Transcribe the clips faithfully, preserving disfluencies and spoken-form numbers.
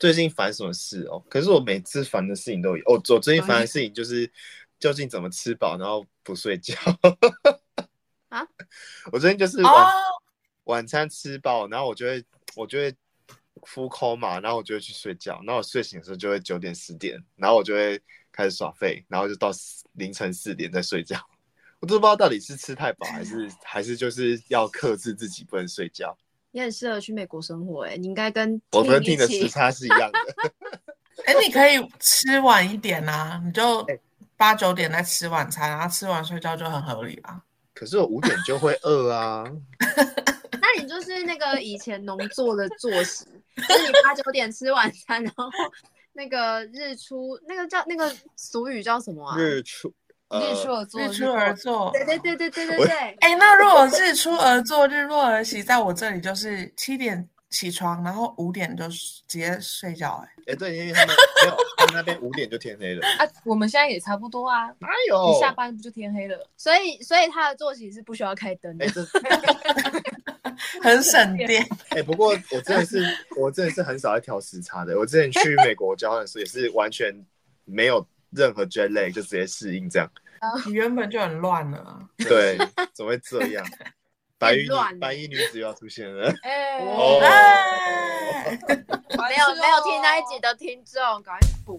最近烦什么事哦？可是我每次烦的事情都有。哦，我最近烦的事情就是究竟怎么吃饱，然后不睡觉。 啊？ 我最近就是晚、oh. 晚餐吃饱，然后我就会我就会full coma，然后我就会去睡觉，然后我睡醒的时候就会九点十点，然后我就会开始耍废，然后就到凌晨四点再睡觉。我都不知道到底是吃太饱，还是还是就是要克制自己不能睡觉。 你很适合去美国生活哎，你应该跟我跟 Ting 的时差是一样的。 哎、欸，你可以吃晚一点啊，你就八九点再吃晚餐，然后吃完睡觉就很合理啊。 可是我五点就会饿啊。 那你就是那个以前农作的作息，就是你八九点吃晚餐，然后那个日出，那个叫那个俗语叫什么啊？ 日出。 日出而作， 日出而作， 对对对对对对对。 哎、欸，那如果日出而作，日落而息，在我这里就是七点起床，然后五点就直接睡觉、欸。哎， 哎，对，因为他们没有，他们那边五点就天黑了。 啊，我们现在也差不多啊。 哎呦， 你下班不就天黑了？所以，所以他的作息是不需要开灯的。 欸、 很省电。 哎、欸，不过我真的是，我真的是很少在调时差的。我之前去美国交换的时候，也是完全没有任何 jet lag， 就直接适应这样。 你原本就很乱了。 对，怎么会这样？白衣女白衣女子又要出现了。 哎、欸哦欸，没有没有听那一集的听众，赶快补。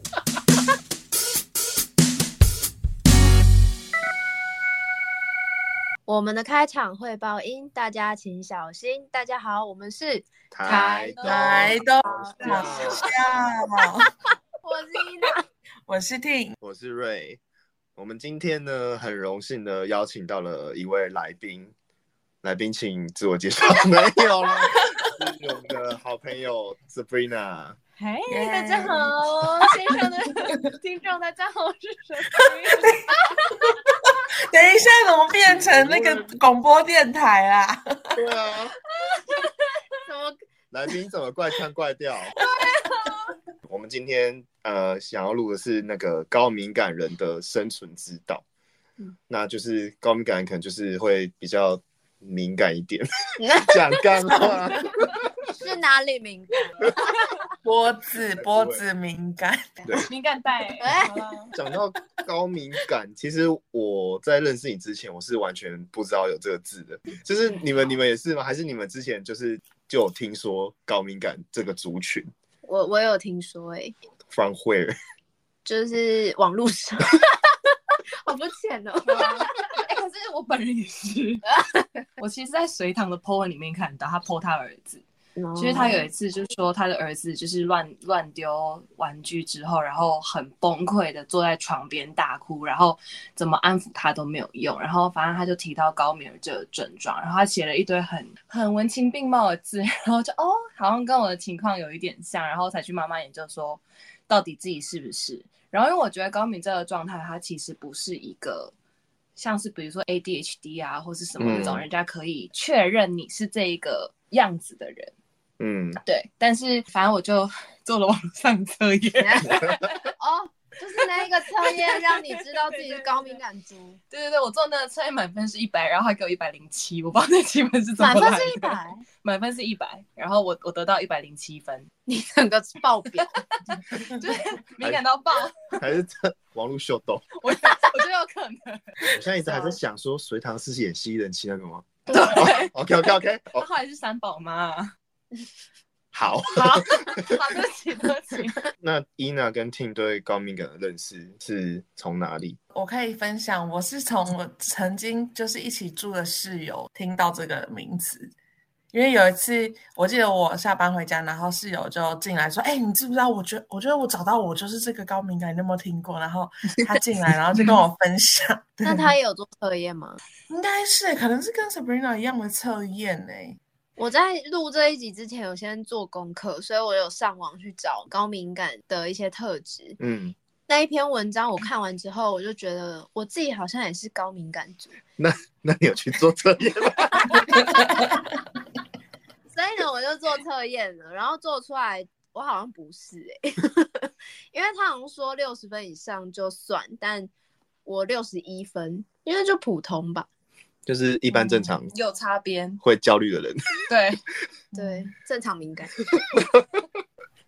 我们的开场汇报音，大家请小心。大家好，我们是台台东好笑。 我是伊娜， 我是 Ting， 我是瑞。我们今天呢，很荣幸的邀请到了一位来宾，来宾请自我介绍。没有啦，是我们的好朋友 Sabrina。 嘿、hey, 大家好，线上的听众大家好，我是 Sabrina。 等一下，怎么变成那个广播电台啦？ 对啊， 怎么来宾怎么怪腔怪调？对啊，我们今天呃想要录的是那个高敏感人的生存之道。嗯，那就是高敏感人可能就是会比较敏感一点，讲干话。 是哪里敏感？ 脖子，脖子敏感， 敏感带。 讲到高敏感，其实我在认识你之前，我是完全不知道有这个字的。就是你们，你们也是吗？还是你们之前就是就有听说高敏感这个族群？ 我我有听说、欸，哎。 From where？ 就是网络上。好不浅哦。 哎、欸，可是我本人也是。我其实在随堂的 po 文里面看到他 po 他儿子。其实他有一次就说他的儿子就是乱乱丢玩具之后，然后很崩溃的坐在床边大哭，然后怎么安抚他都没有用，然后反正他就提到高敏儿这个症状，然后他写了一堆很很文情并茂的字，然后就哦好像跟我的情况有一点像，然后才去慢慢研究说到底自己是不是。然后因为我觉得高敏这个状态它其实不是一个像是比如说 A D H D 啊或是什么那种、嗯、人家可以确认你是这一个样子的人。 嗯， 对，但是反正我就做了网上测验。 哦，就是那一个测验让你知道自己是高敏感族。 对对对，我做那个测验满分是一百，然后他给我一百零七，我不知道那七分是怎么来的。 满分是一百， 满分是一百，然后我我得到一百零七分， 你整个爆表， 就是敏感到爆， 还是这网络秀逗？ 我我觉得有可能。 我现在一直还在想说，隋唐是演吸人气那个吗？ 对、 哦、，OK OK OK， 他后来是三宝妈。 好， 好，好，对不起，对不起。 那伊娜跟 Ting 对高敏感的认识是从哪里？ 我可以分享，我是从我曾经就是一起住的室友听到这个名词，因为有一次我记得我下班回家，然后室友就进来说：“哎、欸，你知不知道？我觉得我觉得我找到我就是这个高敏感，你有没有听过？”然后他进来，然后就跟我分享。 那他也有做测验吗？ 应该是，可能是跟 Sabrina 一样的测验呢、欸。 我在录这一集之前有先做功课，所以我有上网去找高敏感的一些特质。 嗯， 那一篇文章我看完之后，我就觉得我自己好像也是高敏感族。 那那你有去做测验吗？ 所以呢，我就做测验了，然后做出来我好像不是哎、欸，因为他好像说六十分以上就算，但我六十一分，因为就普通吧。 就是一般正常、嗯、 有擦边会焦虑的人， 对对，正常敏感。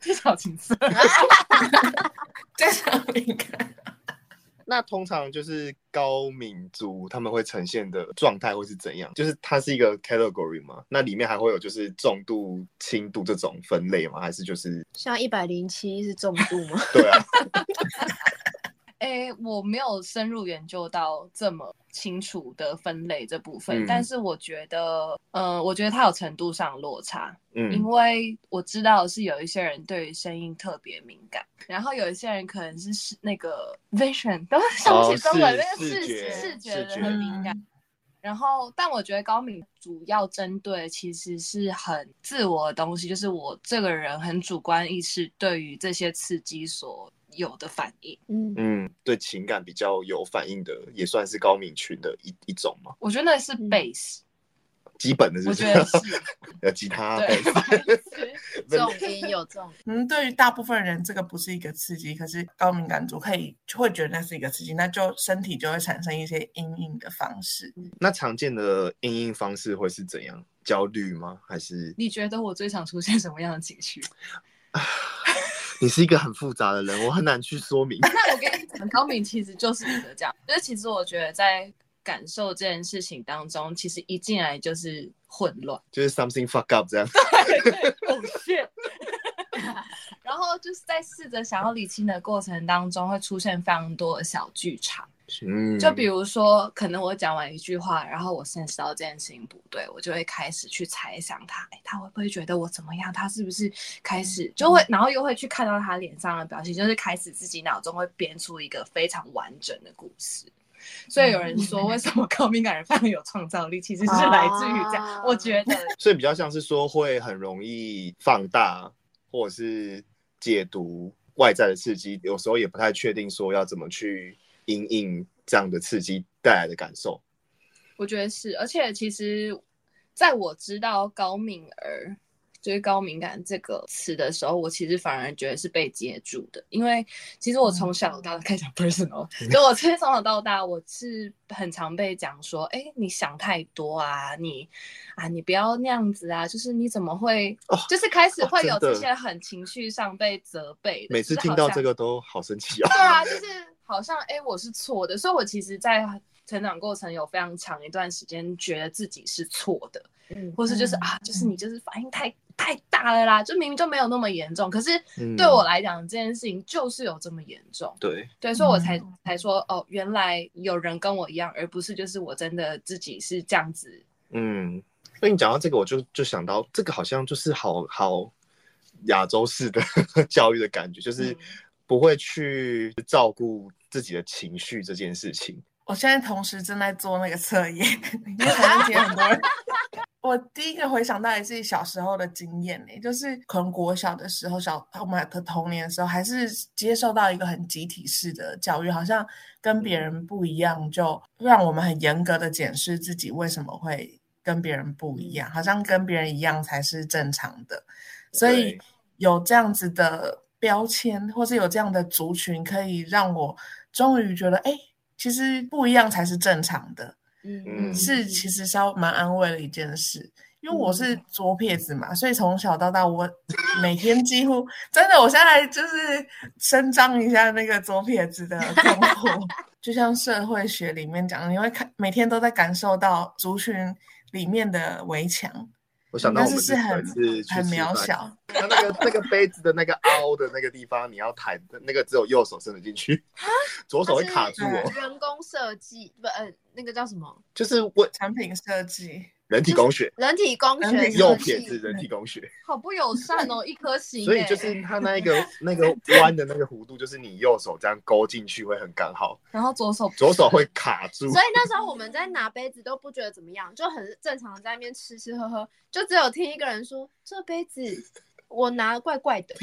技巧情色， 这场敏感。 那通常就是高敏族他们会呈现的状态会是怎样？就是它是一个 category 吗？那里面还会有就是重度、轻度这种分类吗？还是就是像一百零七是重度吗？ 对啊。 哎，我没有深入研究到这么清楚的分类这部分，嗯、但是我觉得，呃，我觉得它有程度上落差，嗯，因为我知道是有一些人对于声音特别敏感，然后有一些人可能是那个 vision 都想不起中文，那个视觉视觉的很敏感。嗯、然后，但我觉得高敏主要针对其实是很自我的东西，就是我这个人很主观意识对于这些刺激所有的反应。 嗯嗯，对情感比较有反应的，也算是高敏群的一一种嘛。 我觉得那是 base，、 嗯、基本的是不是， 我觉得是有吉他 base， 重音有重音。 嗯，对于大部分人这个不是一个刺激，可是高敏感族可以会觉得那是一个刺激，那就身体就会产生一些因应的方式。 那常见的因应方式会是怎样？焦虑吗？还是你觉得我最常出现什么样的情绪？ 你是一个很复杂的人，我很难去说明。 那我跟你讲，高敏其实就是一个这样，就是其实我觉得在感受这件事情当中，其实一进来就是混乱， 就是 something fuck up 这样。 对对，哦 shit。然后就是在试着想要理清的过程当中，会出现非常多的小剧场。 嗯， 就比如说，可能我讲完一句话，然后我sense到这件事情不对，我就会开始去猜想他，哎，他会不会觉得我怎么样？他是不是开始就会，然后又会去看到他脸上的表情，就是开始自己脑中会编出一个非常完整的故事。所以有人说，为什么高敏感人非常有创造力，其实是来自于这样。啊、我觉得， 所以比较像是说会很容易放大，或者是解读外在的刺激，有时候也不太确定说要怎么去因应这样的刺激带来的感受。 我觉得是，而且其实在我知道高敏儿就是高敏感这个词的时候，我其实反而觉得是被接住的，因为其实我从小到大开始讲 personal， 就我其实从小到大我是很常被讲说，哎，你想太多啊，你啊你不要那样子啊，就是你怎么会，哦、就是开始会有这些很情绪上被责备的。 每次听到这个都好生气哦。 对啊，就是好像哎我是错的，所以我其实在成长过程有非常长一段时间觉得自己是错的，嗯，或是就是、嗯、啊，就是你就是反应太太大了啦，就明明就没有那么严重，可是对我来讲、嗯、这件事情就是有这么严重。 对对，所以我才、嗯、才说哦，原来有人跟我一样，而不是就是我真的自己是这样子。 嗯，所以你讲到这个，我就就想到这个好像就是好好亚洲式的教育的感觉，就是不会去照顾自己的情绪这件事情。 我现在同时正在做那个测验，因为可能今天很多人。我第一个回想到也是小时候的经验呢，就是可能国小的时候，小我们的童年的时候，还是接受到一个很集体式的教育，好像跟别人不一样，就让我们很严格的检视自己为什么会跟别人不一样，好像跟别人一样才是正常的，所以有这样子的标签，或是有这样的族群，可以让我终于觉得，哎。其实不一样才是正常的，嗯，是其实是蛮安慰的一件事。因为我是左撇子嘛，所以从小到大我每天几乎真的，我现在就是伸张一下那个左撇子的困惑。就像社会学里面讲，你会看每天都在感受到族群里面的围墙。 我想到我们是很很渺小， 那那个那个杯子的那个凹的那个地方，你要弹的那个只有右手伸得进去，左手会卡住我。 人工设计不呃，那个叫什么？ 就是我产品设计， 人体工学， 人体工学， 右撇子人体工学， 好不友善哦，一颗星。 所以就是它那个那个弯的那个弧度，就是你右手这样勾进去会很刚好， 然后左手左手会卡住。 所以那时候我们在拿杯子都不觉得怎么样，就很正常的在那边吃吃喝喝，就只有听一个人说这杯子我拿怪怪的。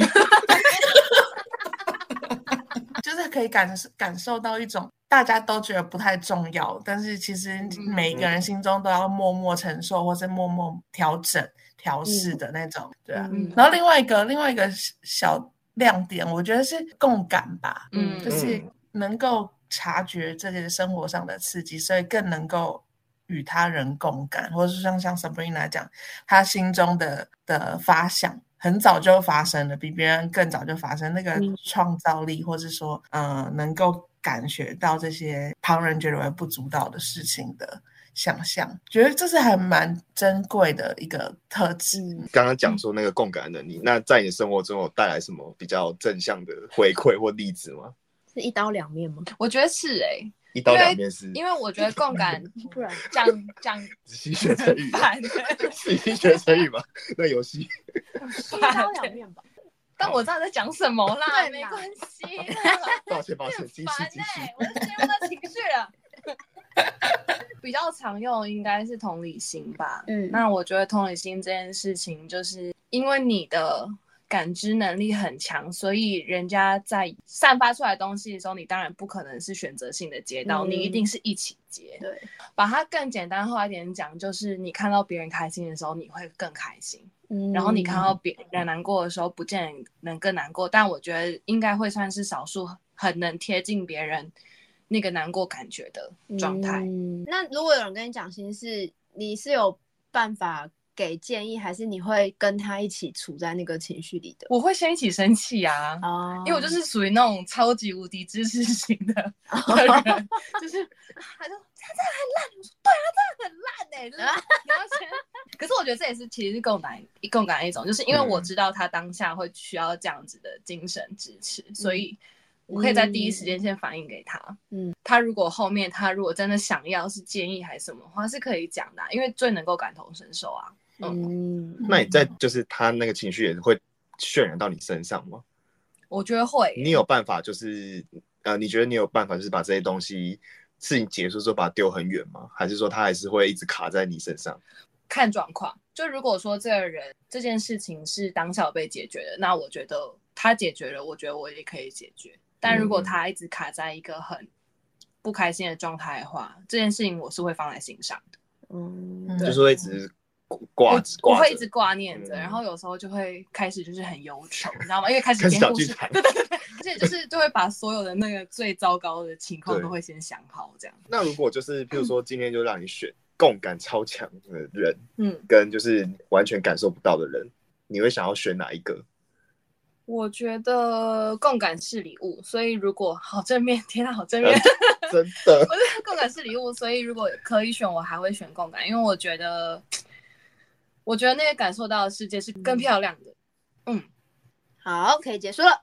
就是可以感感受到一种大家都觉得不太重要，但是其实每一个人心中都要默默承受或是默默调整调试的那种、嗯、对啊、嗯、然后另外一个另外一个小亮点我觉得是共感吧，嗯，就是能够察觉这些生活上的刺激，所以更能够与他人共感，或者是像像 Sabrina 讲他心中的的发想很早就发生了，比别人更早就发生，那个创造力，或是说，呃，能够感觉到这些旁人觉得微不足道的事情的想象，觉得这是还蛮珍贵的一个特质。 刚刚讲说那个共感能力，那在你生活中有带来什么比较正向的回馈或例子吗？ 是一刀两面吗？ 我觉得是哎、欸。 一刀两面是， 因为我觉得共感，不然讲讲仔细学成语，仔细学成语吧，那游戏一刀两面吧。 但我知道在讲什么啦，没关系。 抱歉抱歉，继续继续， 我就陷入到情绪了。比较常用应该是同理心吧。嗯，那我觉得同理心这件事情，就是因为你的感知能力很强，所以人家在散发出来的东西的时候，你当然不可能是选择性的接到，嗯、你一定是一起接。 对， 把它更简单化一点讲，就是你看到别人开心的时候，你会更开心。嗯，然后你看到别人难过的时候，不见得能更难过，但我觉得应该会算是少数很能贴近别人那个难过感觉的状态。 嗯，那如果有人跟你讲心事，你是有办法给建议，还是你会跟他一起处在那个情绪里的？ 我会先一起生气啊，哦、因为我就是属于那种超级无敌支持型的人，哦、就是他就他真的很烂，我说对啊，真的很烂哎、欸，就是你要先。可是我觉得这也是其实是共感共感的一种，就是因为我知道他当下会需要这样子的精神支持，嗯、所以我可以在第一时间先反映给他。嗯，他如果后面他如果真的想要是建议还是什么的话，是可以讲的、啊，因为最能够感同身受啊。 嗯，那你在就是他那个情绪也会渲染到你身上吗？ 我觉得会。 你有办法就是呃，你觉得你有办法就是把这些东西事情结束之后把它丢很远吗？还是说他还是会一直卡在你身上？ 看状况。就如果说这个人这件事情是当下被解决的，那我觉得他解决了，我觉得我也可以解决。但如果他一直卡在一个很不开心的状态的话，这件事情我是会放在心上的。嗯， 就是会一直挂着， 我会一直挂念着，嗯、然后有时候就会开始就是很忧愁，你知道吗？因为开始编故事，对对对，而且就是就会把所有的那个最糟糕的情况都会先想好，这样。 那如果就是譬如说今天就让你选共感超强的人，嗯，跟就是完全感受不到的人，你会想要选哪一个？ 我觉得共感是礼物，所以如果好正面，天啊，好正面， 嗯、真的， 我觉得共感是礼物，所以如果可以选，我还会选共感，因为我觉得，我觉得那个感受到的世界是更漂亮的。嗯， 好，可以结束了。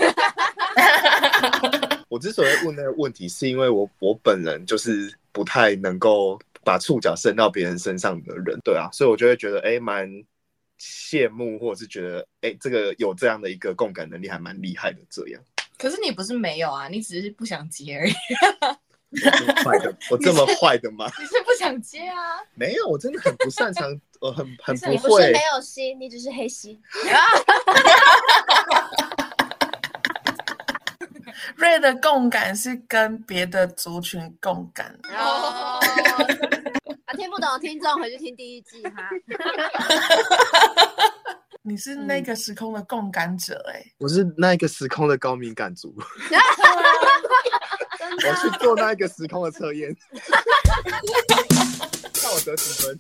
我之所以问那个问题，是因为我我本人就是不太能够把触角伸到别人身上的人，对啊，所以我就会觉得，哎，蛮羡慕，或者是觉得，哎，这个有这样的一个共感能力，还蛮厉害的。这样， 可是你不是没有啊，你只是不想接而已。 我这么坏的，我这么坏的吗？ 你是不想接啊？ 没有，我真的很不擅长，我很很不会。 你不是没有心，你只是黑心。 瑞的共感是跟别的族群共感。 哦，啊，听不懂的听众回去听第一季哈。 你是那个时空的共感者哎、欸， 我是那一个时空的高敏感族。我去做那一个时空的测验，看我得几分。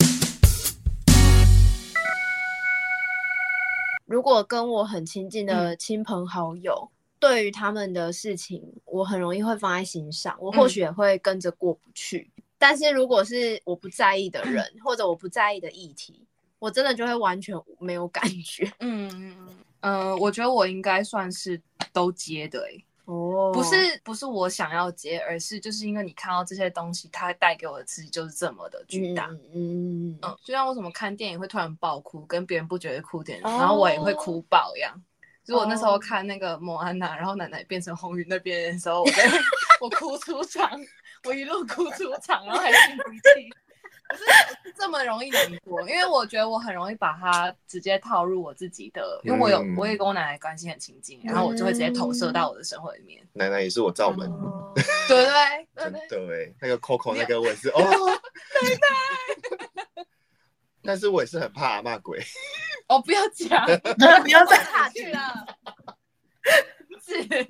如果跟我很亲近的亲朋好友，嗯、对于他们的事情，我很容易会放在心上，我或许也会跟着过不去。嗯、但是如果是我不在意的人，嗯、或者我不在意的议题，我真的就会完全没有感觉。 嗯嗯呃，我觉得我应该算是都接的哎、欸。哦，不是不是我想要接，而是就是因为你看到这些东西，它带给我的刺激就是这么的巨大。嗯 嗯, 嗯，就像为什么看电影会突然爆哭，跟别人不觉得哭点，哦、然后我也会哭爆一样。就是我那时候看那个莫安娜，然后奶奶变成红云那边的时候，我我哭出场，我一路哭出场，然后还擤鼻涕。可是这么容易难过，因为我觉得我很容易把它直接套入我自己的，因为我有、嗯、我也跟我奶奶关系很亲近，然后我就会直接投射到我的生活里面。嗯、 奶奶也是我罩门， 哦、对对对对， 真的哎，那个 Coco 那个我也是哦，对对。但是我也是很怕阿嬷鬼。 哦，不要讲， 不要再下去了。是。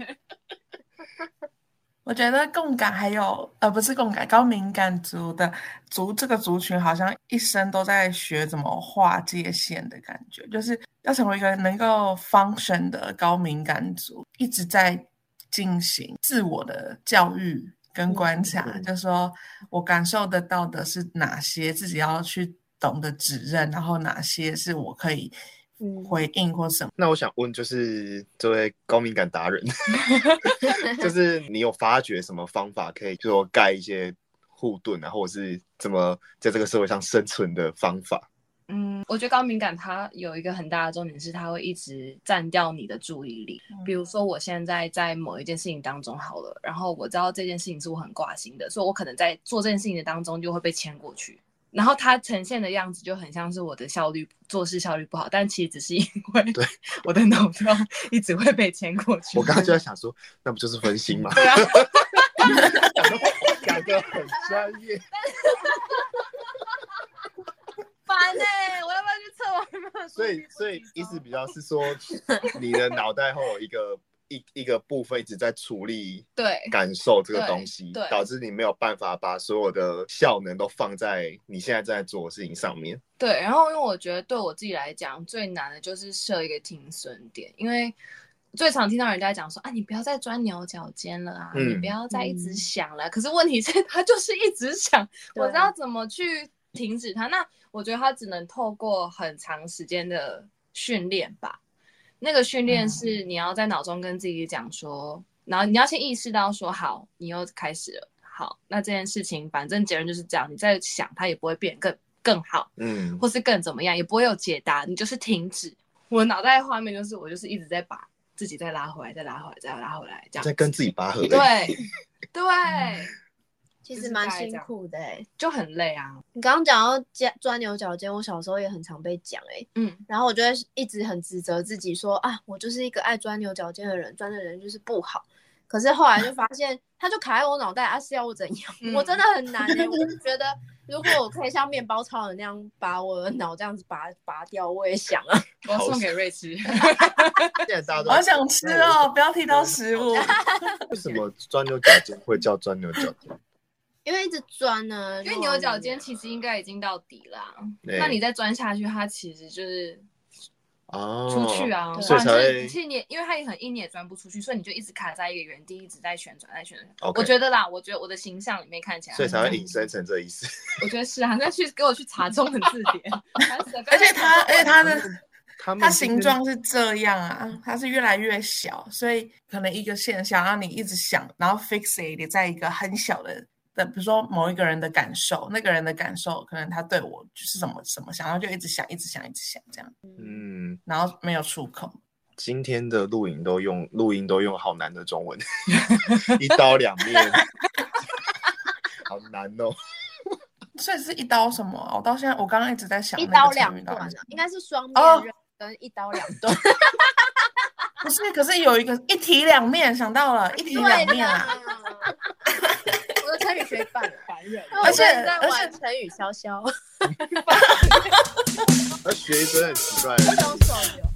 我觉得共感还有呃不是共感，高敏感族的族这个族群好像一生都在学怎么划界限的感觉，就是要成为一个能够 function 的高敏感族，一直在进行自我的教育跟观察，嗯、就是说我感受得到的是哪些，自己要去懂得指认，然后哪些是我可以回应或什么。 那我想问，就是这位高敏感达人，就是你有发觉什么方法可以就说盖一些护盾啊，或者是怎么在这个社会上生存的方法？ 嗯，我觉得高敏感它有一个很大的重点是它会一直占掉你的注意力。比如说我现在在某一件事情当中好了，然后我知道这件事情是我很挂心的，所以我可能在做这件事情的当中就会被牵过去，然后它呈现的样子就很像是我的效率做事效率不好，但其实只是因为我的脑中一直会被牵过去。 我刚刚就在想说，那不就是分心吗？ 对啊， 感觉很专业。 烦欸，我要不要去测我有没有？ 所以，所以意思比较是说，你的脑袋会有一个一一个部分一直在处理对感受这个东西， 对， 导致你没有办法把所有的效能都放在你现在正在做的事情上面。 对，然后因为我觉得对我自己来讲最难的就是设一个停损点，因为最常听到人家讲说啊，你不要再钻牛角尖了啊、嗯，你不要再一直想了、嗯、可是问题是他就是一直想，我知道怎么去停止它。那我觉得他只能透过很长时间的训练吧，那个训练是你要在脑中跟自己讲说、嗯、然后你要先意识到说好，你又开始了，好，那这件事情反正结论就是这样，你在想它也不会变更更好，嗯，或是更怎么样，也不会有解答，你就是停止。我脑袋画面就是我就是一直在把自己再拉回来，再拉回来，再拉回来，这样在跟自己拔河。 对对、嗯， 其实蛮辛苦的、欸、 就很累啊。 你刚刚讲到钻牛角尖，我小时候也很常被讲哎、欸，嗯，然后我就会一直很指责自己说啊，我就是一个爱钻牛角尖的人，钻的人就是不好。可是后来就发现，他就卡在我脑袋啊，是要我怎样？嗯、我真的很难哎、欸，我就觉得如果我可以像面包超人那样把我的脑这样子拔拔掉，我也想啊， 我要送给瑞吃。 我好想吃哦，不要提到食物。 为什么钻牛角尖会叫钻牛角尖？ 因为一直钻呢、啊， 因为牛角尖其实应该已经到底啦，那你再钻下去，它其实就是哦出去啊， 所以才会其实你因为它也很硬，你也钻不出去，所以你就一直卡在一个原地，一直在旋转，在旋转。Okay. 我觉得啦，我觉得我的形象里面看起来， 所以才会引申成这意思。 我觉得是啊，那去给我去查中文字典， 而且它，而且它的。它形状是这样啊，它是越来越小，所以可能一个现象让你一直想，然后 fixate 在一个很小的的，比如说某一个人的感受，那个人的感受，可能他对我就是什么什么想，然后就一直想，一直想，一直想这样，嗯，然后没有出口。 今天的录影都用录音都用好难的中文，一刀两面，好难哦。 所以是一刀什么？我到现在我刚刚一直在想一刀两断啊，应该是双面刃跟一刀两断。 不是，可是有一个一体两面，想到了一体两面啊。 我的成语学反凡人， 而且在玩成语潇潇。 而学一堆很奇怪的手游。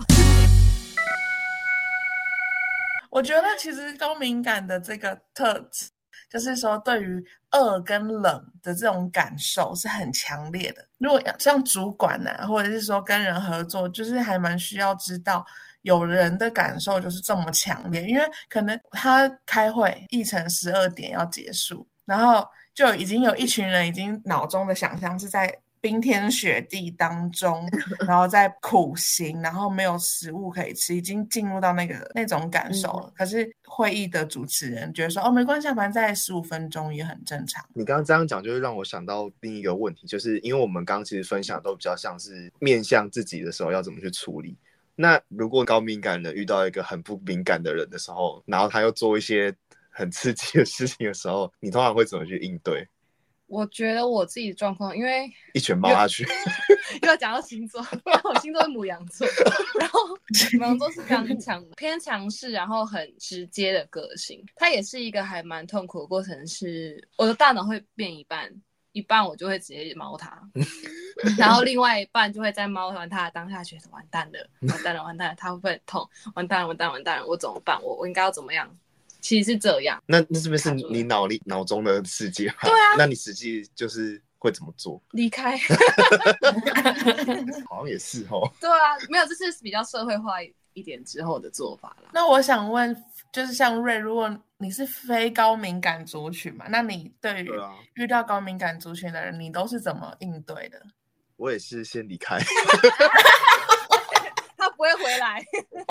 我觉得其实高敏感的这个特质，就是说对于饿跟冷的这种感受是很强烈的。如果像主管啊，或者是说跟人合作，就是还蛮需要知道有人的感受就是这么强烈，因为可能他开会议程十二点要结束，然后就已经有一群人已经脑中的想象是在冰天雪地当中，然后在苦行，然后没有食物可以吃，已经进入到那个那种感受了、嗯、可是会议的主持人觉得说哦没关系，反正再十五分钟也很正常。 你刚刚这样讲就会让我想到另一个问题，就是因为我们刚刚其实分享都比较像是面向自己的时候要怎么去处理，那如果高敏感人遇到一个很不敏感的人的时候，然后他又做一些很刺激的事情的时候，你通常会怎么去应对？ 我觉得我自己的状况，因为一拳猫下去， 又要讲到星座，我星座是牡羊座，然后牡羊座是非常强、偏强势，然后很直接的个性。它也是一个还蛮痛苦的过程，是我的大脑会变一半，一半我就会直接猫它，然后另外一半就会在猫完它的当下觉得完蛋了，完蛋了，完蛋了，它会不会很痛？完蛋了，完蛋了，完蛋了，我怎么办？我我应该要怎么样？其实是这样。 那那是不是你脑里脑中的世界？ 对啊。 那你实际就是会怎么做？ 离开。 好像也是哦。 对啊，没有，这是比较社会化一点之后的做法啦。 那我想问，就是像瑞，如果你是非高敏感族群嘛，那你对于遇到高敏感族群的人，你都是怎么应对的？ 我也是先离开。 他不会回来。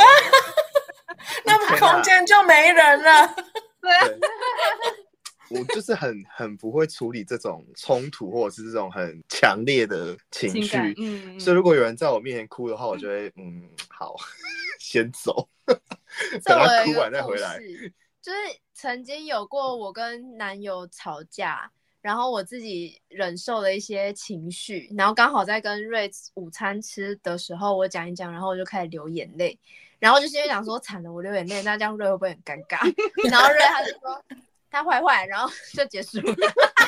那空间就没人了。 对啊。 我就是很很不会处理这种冲突或者是这种很强烈的情绪，嗯，所以如果有人在我面前哭的话，我就会嗯好先走，等他哭完再回来。 就是曾经有过我跟男友吵架，然后我自己忍受了一些情绪，然后刚好在跟瑞午餐吃的时候，我讲一讲，然后我就开始流眼泪，然后就是因为想说惨了，我流眼泪，那这样瑞会不会很尴尬？然后瑞他就说。他坏坏，然后就结束了。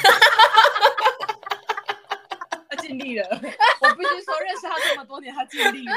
他尽力了，我必须说，认识他这么多年，他尽力了。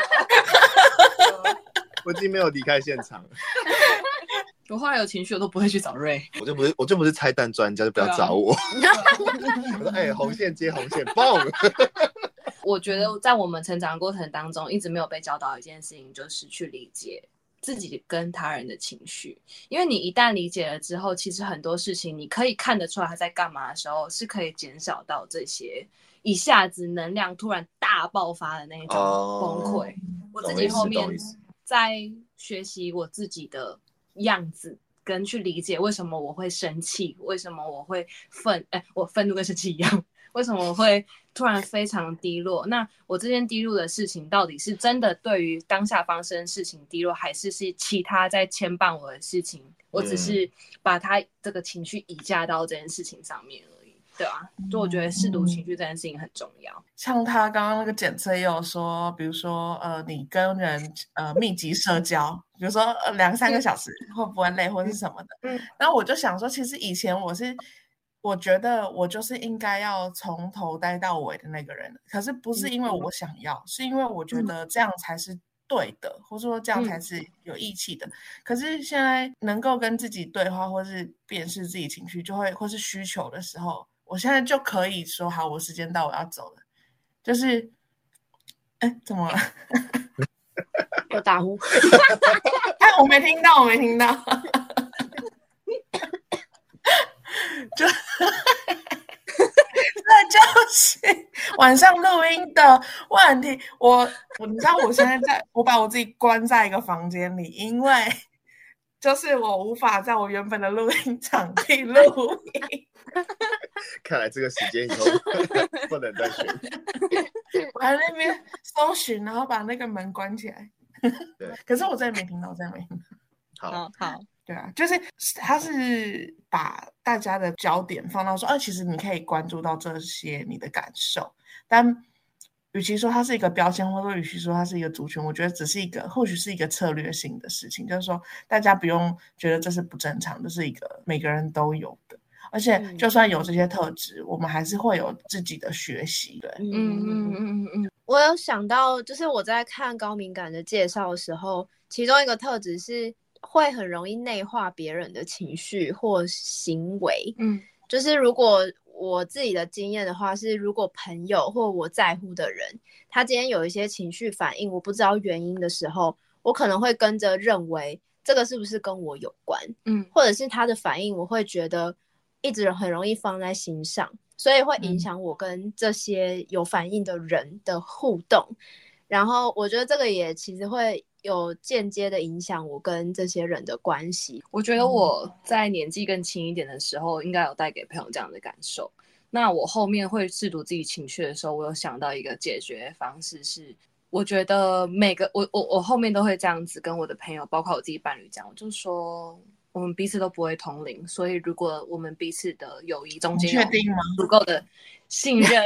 我已经没有离开现场了。 我后来有情绪，我都不会去找瑞。 我就不是，我就不是拆弹专家，就不要找我。我说，哎、欸，红线接红线，嘣！ 我觉得在我们成长过程当中，一直没有被教导一件事情，就是去理解自己跟他人的情绪，因为你一旦理解了之后，其实很多事情你可以看得出来他在干嘛的时候，是可以减少到这些一下子能量突然大爆发的那种崩溃。哦、我自己后面在学习我自己的样子，跟去理解为什么我会生气，为什么我会愤，哎，我愤怒跟生气一样。为什么我会突然非常低落？那我这件低落的事情到底是真的对于当下发生的事情低落，还是是其他在牵绊我的事情？我只是把他这个情绪移嫁到这件事情上面而已，对啊，就我觉得识读情绪这件事情很重要。 像他刚刚那个检测也有说，比如说呃，你跟人呃密集社交，比如说呃两三个小时会不会累或是什么的？嗯，然后我就想说，其实以前我是。我觉得我就是应该要从头待到尾的那个人，可是不是因为我想要，嗯、是因为我觉得这样才是对的，嗯、或者说这样才是有义气的。嗯、可是现在能够跟自己对话，或是辨识自己情绪，就会或是需求的时候，我现在就可以说好，我时间到，我要走了。就是，哎，怎么了？ 有打呼。 哎，我没听到，我没听到。就这就是晚上录音的问题。我我你知道我现在在我把我自己关在一个房间里，因为就是我无法在我原本的录音场地录音。 看来这个时间以后不能再选。 我在那边搜寻，然后把那个门关起来。对，可是我真的没听到，真的没听到。 好好。 对啊，就是他是把大家的焦点放到说，啊，其实你可以关注到这些你的感受，但与其说它是一个标签，或者说与其说它是一个族群，我觉得只是一个或许是一个策略性的事情，就是说大家不用觉得这是不正常，这是一个每个人都有的，而且就算有这些特质，嗯、我们还是会有自己的学习。对， 嗯嗯嗯嗯。我有想到，就是我在看高敏感的介绍的时候，其中一个特质是。会很容易内化别人的情绪或行为，嗯，就是如果我自己的经验的话，是如果朋友或我在乎的人，他今天有一些情绪反应，我不知道原因的时候，我可能会跟着认为这个是不是跟我有关，嗯，或者是他的反应，我会觉得一直很容易放在心上，所以会影响我跟这些有反应的人的互动，嗯、然后我觉得这个也其实会。有间接的影响我跟这些人的关系。 我觉得我在年纪更轻一点的时候，应该有带给朋友这样的感受。那我后面会识读自己情绪的时候，我有想到一个解决方式是，我觉得每个我我我后面都会这样子跟我的朋友，包括我自己伴侣讲，我就说我们彼此都不会通灵，所以如果我们彼此的友谊中间有足够的信任。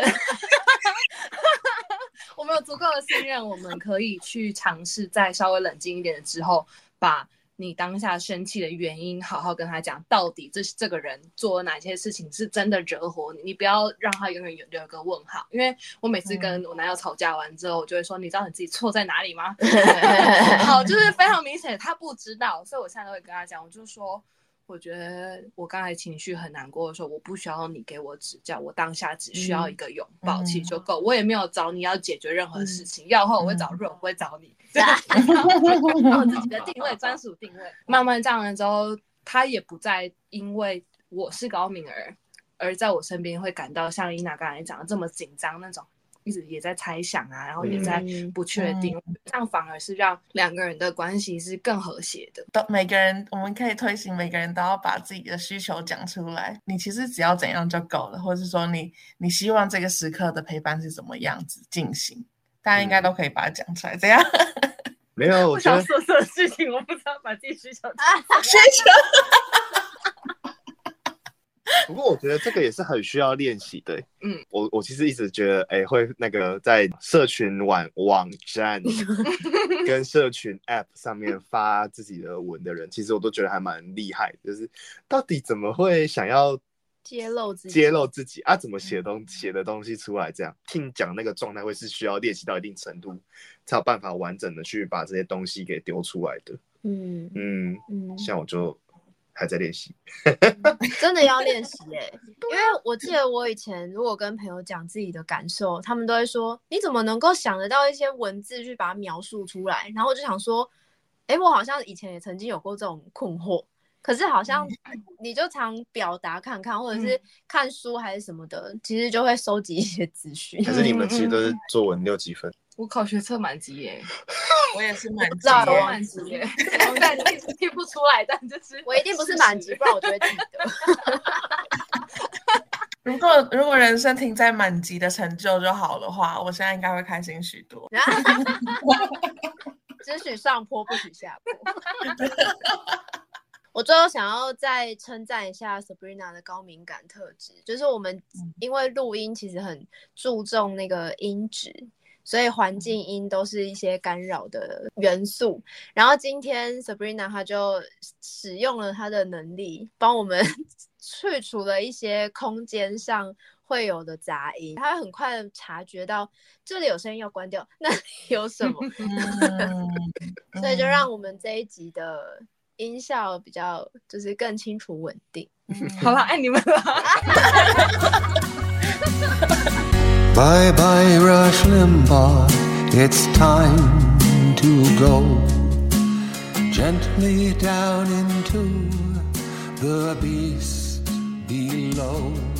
我们有足够的信任，我们可以去尝试在稍微冷静一点的之后，把你当下生气的原因好好跟他讲，到底这这个人做了哪些事情是真的惹火你，你不要让他永远有一个问号。因为我每次跟我男友吵架完之后，我就会说，你知道你自己错在哪里吗？好，就是非常明显他不知道，所以我现在都会跟他讲，我就说我觉得我刚才情绪很难过的时候，我不需要你给我指教，我当下只需要一个拥抱，其实就够。我也没有找你要解决任何事情，要的话我会找润，我会找你。我自己的定位，专属定位。慢慢这样了之后，他也不再因为我是高敏儿，而在我身边会感到像伊娜刚才讲的这么紧张那种。一直也在猜想啊，然后也在不确定，嗯、这样反而是让两个人的关系是更和谐的。 都每个人，我们可以推行每个人都要把自己的需求讲出来。你其实只要怎样就够了，或者是说你你希望这个时刻的陪伴是怎么样子进行，大家应该都可以把它讲出来。这样没有，我想说这个事情，我不知道把自己需求讲出来。 需求。 不过我觉得这个也是很需要练习的。嗯，我我其实一直觉得，哎、欸，会那个在社群网网站跟社群 App 上面发自己的文的人，其实我都觉得还蛮厉害的。就是到底怎么会想要揭露自己？ 揭露自己啊？怎么写东写的东西出来？这样听讲那个状态会是需要练习到一定程度，才有办法完整的去把这些东西给丢出来的。嗯嗯嗯，像我就。还在练习真的要练习耶、欸、因为我记得我以前如果跟朋友讲自己的感受，他们都会说你怎么能够想得到一些文字去把它描述出来，然后我就想说哎、欸，我好像以前也曾经有过这种困惑，可是好像你就常表达看看，或者是看书还是什么的、嗯、其实就会收集一些资讯。 可是你们其实都是作文六几分？ 我考学测满级耶， 我也是满级， 我满级耶，但你一直听不出来，但就是我一定不是满级，不然我就会记得。 如果如果人生停在满级的成就就好的话，我现在应该会开心许多。 只许上坡不许下坡。我最后想要再称赞一下 Sabrina 的高敏感特质，就是我们因为录音其实很注重那个音质，所以环境音都是一些干扰的元素，然后今天 Sabrina 她就使用了她的能力帮我们去除了一些空间上会有的杂音，她会很快的察觉到这里有声音要关掉，那里有什么所以就让我们这一集的音效比较就是更清楚稳定。 好了，爱你们了。 Bye bye Rush Limbaugh, it's time to go gently down into the beast below.